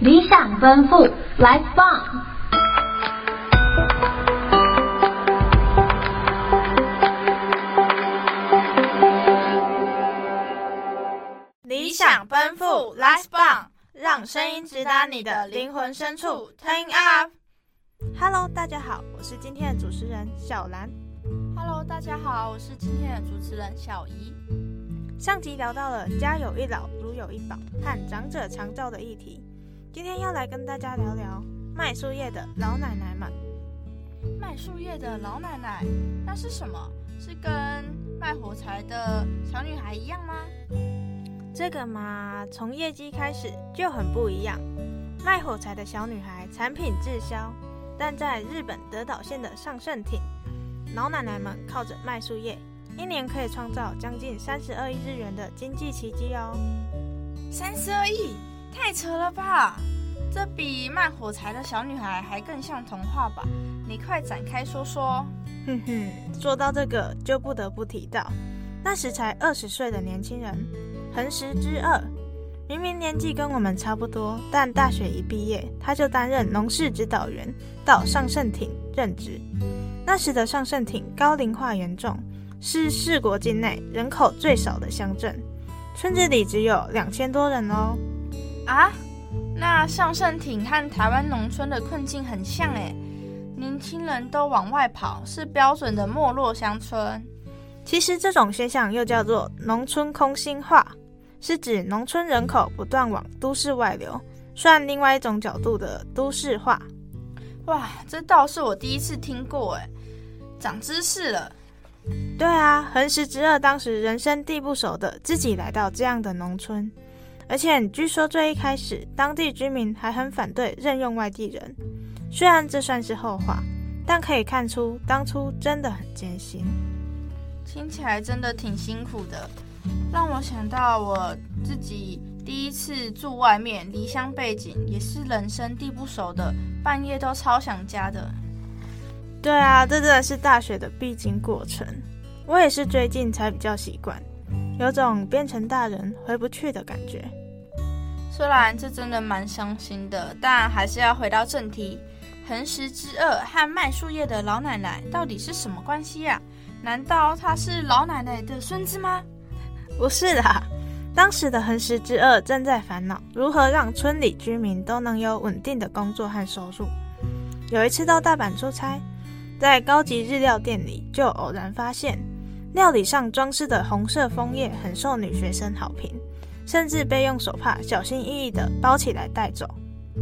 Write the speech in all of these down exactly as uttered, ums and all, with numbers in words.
理想奔赴 Life Bomb。 理想奔赴 Life Bomb， 让声音直达你的灵魂深处。Turn up。Hello， 大家好，我是今天的主持人小兰。 Hello， 大家好，我是今天的主持人小怡。 上集聊到了家有一老如有一宝和长者长照的议题，今天要来跟大家聊聊卖树叶的老奶奶们。 卖树叶的老奶奶，那是什么？是跟卖火柴的小女孩一样吗？ 这个嘛，从业绩开始就很不一样。卖火柴的小女孩产品滞销，但在日本德岛县的上圣町，老奶奶们靠着卖树叶，一年可以创造将近三十二亿日元的经济奇迹哦。 三十二亿，太扯了吧！这比卖火柴的小女孩还更像童话吧？你快展开说说。 哼哼，说到这个，就不得不提到那时才二十岁的年轻人横石之二。明明年纪跟我们差不多，但大学一毕业，他就担任农事指导员，到上圣町任职。那时的上圣町高龄化严重，是四国境内人口最少的乡镇，村子里只有两千多人哦。 啊，那上圣町和台湾农村的困境很像诶，年轻人都往外跑，是标准的没落乡村。 其实这种现象又叫做农村空心化，是指农村人口不断往都市外流，算另外一种角度的都市化。 哇，这倒是我第一次听过耶，长知识了。 对啊，横石之二当时人生地不熟的自己来到这样的农村，而且据说最一开始当地居民还很反对任用外地人，虽然这算是后话，但可以看出当初真的很艰辛。 听起来真的挺辛苦的，让我想到我自己第一次住外面，离乡背景，也是人生地不熟的，半夜都超想家的。 对啊，这真的是大学的必经过程，我也是最近才比较习惯，有种变成大人回不去的感觉。 虽然这真的蛮伤心的，但还是要回到正题。横石之二和卖树叶的老奶奶到底是什么关系啊？难道她是老奶奶的孙子吗？ 不是啦，当时的横石之二正在烦恼如何让村里居民都能有稳定的工作和收入。有一次到大阪出差，在高级日料店里就偶然发现料理上装饰的红色枫叶很受女学生好评，甚至被用手帕小心翼翼地包起来带走。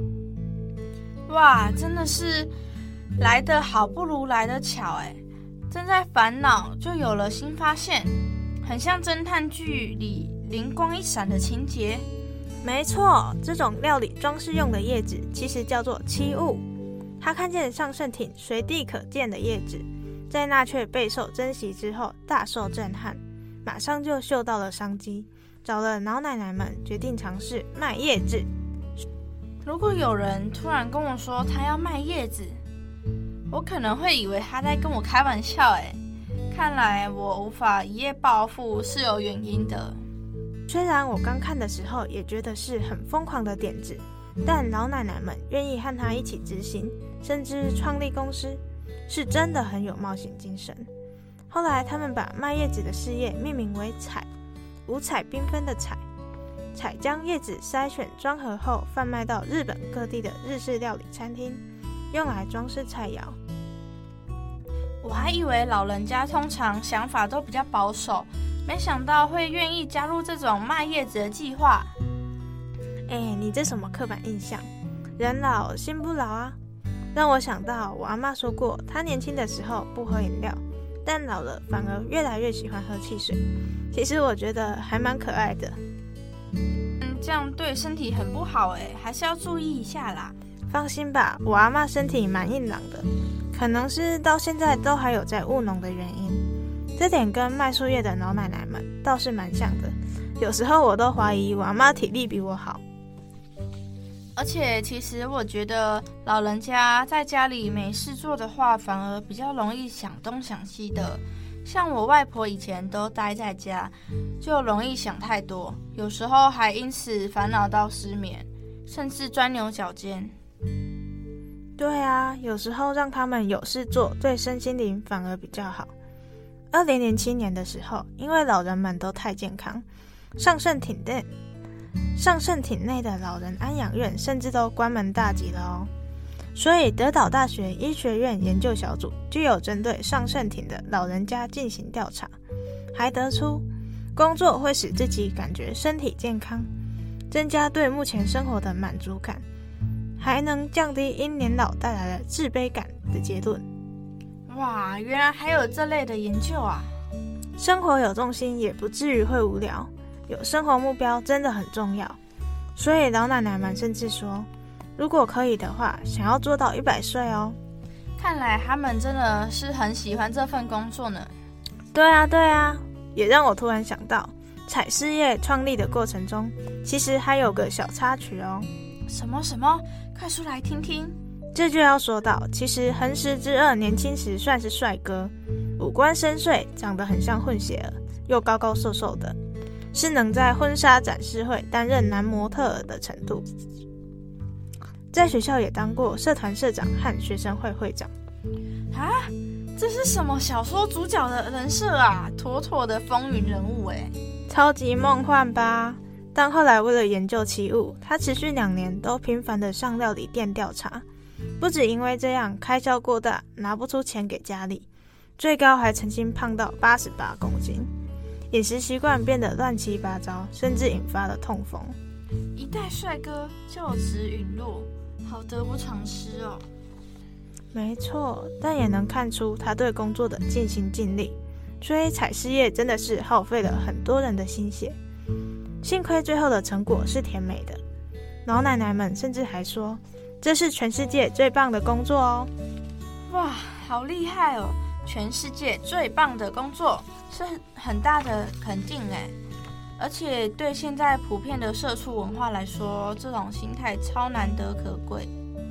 哇，真的是来得好不如来得巧诶，正在烦恼就有了新发现，很像侦探剧里灵光一闪的情节。 没错，这种料理装饰用的叶子其实叫做漆雾。他看见上圣町随地可见的叶子，在那却备受珍惜之后大受震撼，马上就嗅到了商机，找了老奶奶们决定尝试卖叶子。 如果有人突然跟我说他要卖叶子，我可能会以为他在跟我开玩笑诶，看来我无法一夜暴富是有原因的。 虽然我刚看的时候也觉得是很疯狂的点子，但老奶奶们愿意和他一起执行，甚至创立公司，是真的很有冒险精神。后来他们把卖叶子的事业命名为彩，五彩缤纷的彩。彩将叶子筛选装盒后贩卖到日本各地的日式料理餐厅，用来装饰菜肴。 我还以为老人家通常想法都比较保守，没想到会愿意加入这种卖叶子的计划。 哎，你这什么刻板印象？人老心不老啊！让我想到我阿嬷说过，她年轻的时候不喝饮料，但老了反而越来越喜欢喝汽水。其实我觉得还蛮可爱的。 嗯，这样对身体很不好哎，还是要注意一下啦。 放心吧，我阿嬷身体蛮硬朗的，可能是到现在都还有在务农的原因。这点跟卖树叶的老奶奶们倒是蛮像的，有时候我都怀疑我阿嬷体力比我好。 而且其实我觉得老人家在家里没事做的话，反而比较容易想东想西的。像我外婆以前都待在家，就容易想太多，有时候还因此烦恼到失眠。 甚至钻牛角尖。 对啊，有时候让他们有事做，对身心灵反而比较好。二零零七年的时候，因为老人们都太健康，上圣体内上圣体内的老人安养院甚至都关门大吉了哦。所以德岛大学医学院研究小组就有针对上圣体的老人家进行调查，还得出工作会使自己感觉身体健康，增加对目前生活的满足感，还能降低因年老带来的自卑感的结论。 哇，原来还有这类的研究啊！ 生活有重心也不至于会无聊，有生活目标真的很重要。所以老奶奶们甚至说，如果可以的话，想要做到一百岁哦。 看来他们真的是很喜欢这份工作呢。 对啊对啊，也让我突然想到，彩事业创立的过程中，其实还有个小插曲哦。 什么什么？快说来听听。 这就要说到，其实横石之二年轻时算是帅哥，五官深邃，长得很像混血儿，又高高瘦瘦的，是能在婚纱展示会担任男模特儿的程度。在学校也当过社团社长和学生会会长。 啊，这是什么小说主角的人设啊？妥妥的风云人物哎， 超级梦幻吧？但后来为了研究奇物，他持续两年都频繁的上料理店调查，不只因为这样开销过大，拿不出钱给家里，最高还曾经胖到八十八公斤，饮食习惯变得乱七八糟，甚至引发了痛风。 一代帅哥就此陨落，好得不偿失哦。 没错，但也能看出他对工作的尽心尽力，所以彩事业真的是耗费了很多人的心血。幸亏最后的成果是甜美的，老奶奶们甚至还说，这是全世界最棒的工作哦。 哇，好厉害哦！全世界最棒的工作是很大的肯定哎，而且对现在普遍的社畜文化来说，这种心态超难得可贵。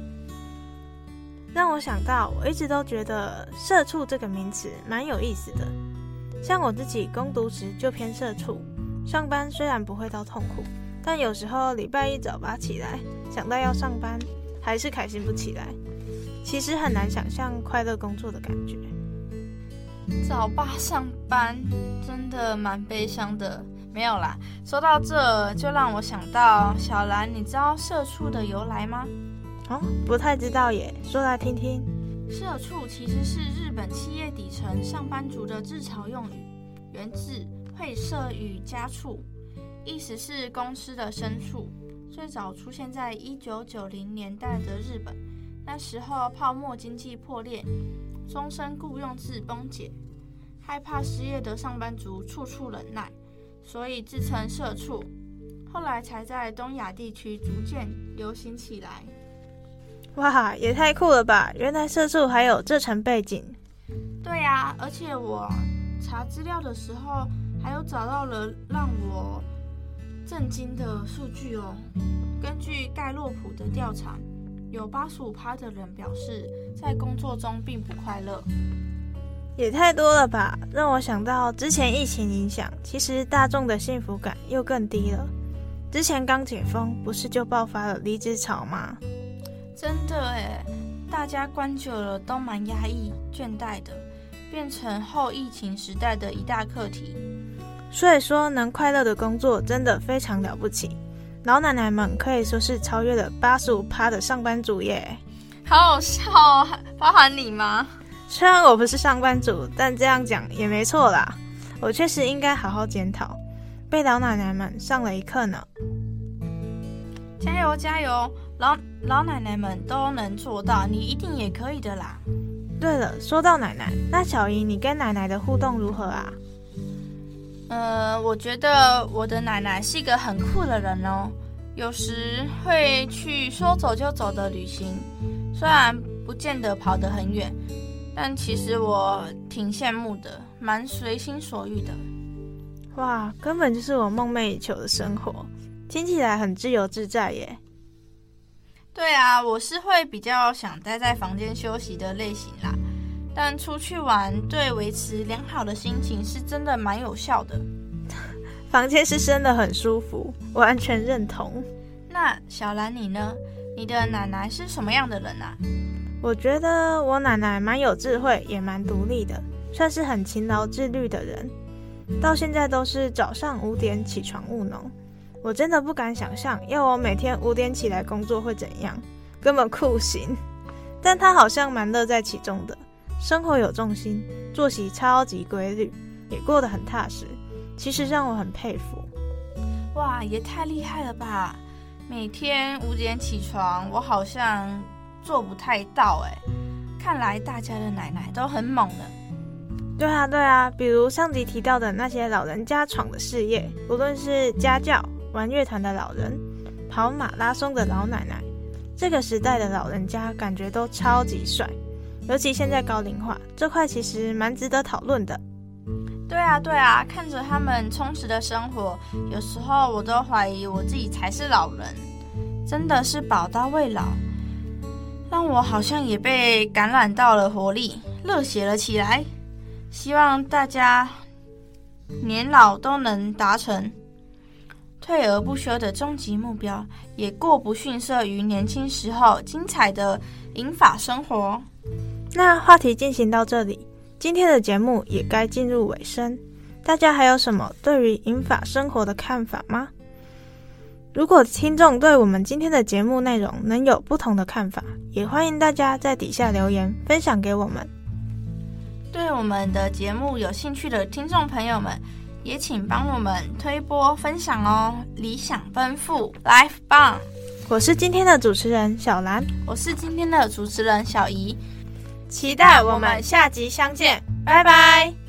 让我想到，我一直都觉得社畜这个名词蛮有意思的。像我自己工读时就偏社畜，上班虽然不会到痛苦，但有时候礼拜一早八起来，想到要上班，还是开心不起来。其实很难想象快乐工作的感觉。 早八上班真的蛮悲伤的。没有啦，说到这就让我想到，小兰，你知道社畜的由来吗？ 哦，不太知道耶，说来听听。 社畜其实是日本企业底层上班族的自嘲用语，源自会社与家畜，意思是公司的牲畜。最早出现在一九九零年代的日本，那时候泡沫经济破裂，终身雇佣制崩解，害怕失业的上班族处处忍耐，所以自称社畜。后来才在东亚地区逐渐流行起来。 哇，也太酷了吧！原来社畜还有这层背景。 对啊，而且我查资料的时候，还有找到了让我震惊的数据哦。根据盖洛普的调查，有 百分之八十五 的人表示在工作中并不快乐。 也太多了吧，让我想到之前疫情影响，其实大众的幸福感又更低了。之前刚解封，不是就爆发了离职潮吗？ 真的耶，大家关久了都蛮压抑、倦怠的，变成后疫情时代的一大课题。 所以说，能快乐的工作真的非常了不起。老奶奶们可以说是超越了 百分之八十五 的上班族耶。 好好笑哦，包含你吗？ 虽然我不是上班族，但这样讲也没错啦。我确实应该好好检讨，被老奶奶们上了一课呢。 加油加油，老老奶奶们都能做到，你一定也可以的啦。 对了，说到奶奶，那小姨你跟奶奶的互动如何啊？ 呃，我觉得我的奶奶是一个很酷的人哦，有时会去说走就走的旅行，虽然不见得跑得很远，但其实我挺羡慕的，蛮随心所欲的。 哇，根本就是我梦寐以求的生活，听起来很自由自在耶。 对啊，我是会比较想待在房间休息的类型啦，但出去玩对维持良好的心情是真的蛮有效的。 房间是真的很舒服，完全认同。 那小兰你呢？你的奶奶是什么样的人啊？ 我觉得我奶奶蛮有智慧，也蛮独立的，算是很勤劳自律的人。到现在都是早上五点起床务农，我真的不敢想象要我每天五点起来工作会怎样，根本酷刑。但她好像蛮乐在其中的，生活有重心，作息超级规律，也过得很踏实，其实让我很佩服。 哇，也太厉害了吧！每天五点起床，我好像做不太到哎。看来大家的奶奶都很猛呢。 对啊对啊，比如上集提到的那些老人家闯的事业，无论是家教、玩乐团的老人、跑马拉松的老奶奶，这个时代的老人家感觉都超级帅。尤其现在高龄化这块其实蛮值得讨论的。 对啊对啊，看着他们充实的生活，有时候我都怀疑我自己才是老人，真的是宝刀未老，让我好像也被感染到了活力，热血了起来。希望大家年老都能达成退而不休的终极目标，也过不逊色于年轻时候精彩的银发生活。 那话题进行到这里，今天的节目也该进入尾声，大家还有什么对于银发生活的看法吗？如果听众对我们今天的节目内容能有不同的看法，也欢迎大家在底下留言分享给我们。 对我们的节目有兴趣的听众朋友们，也请帮我们推播分享哦。理想奔赴 Life 棒， 我是今天的主持人小兰， 我是今天的主持人小怡， 期待我们下集相见，拜拜。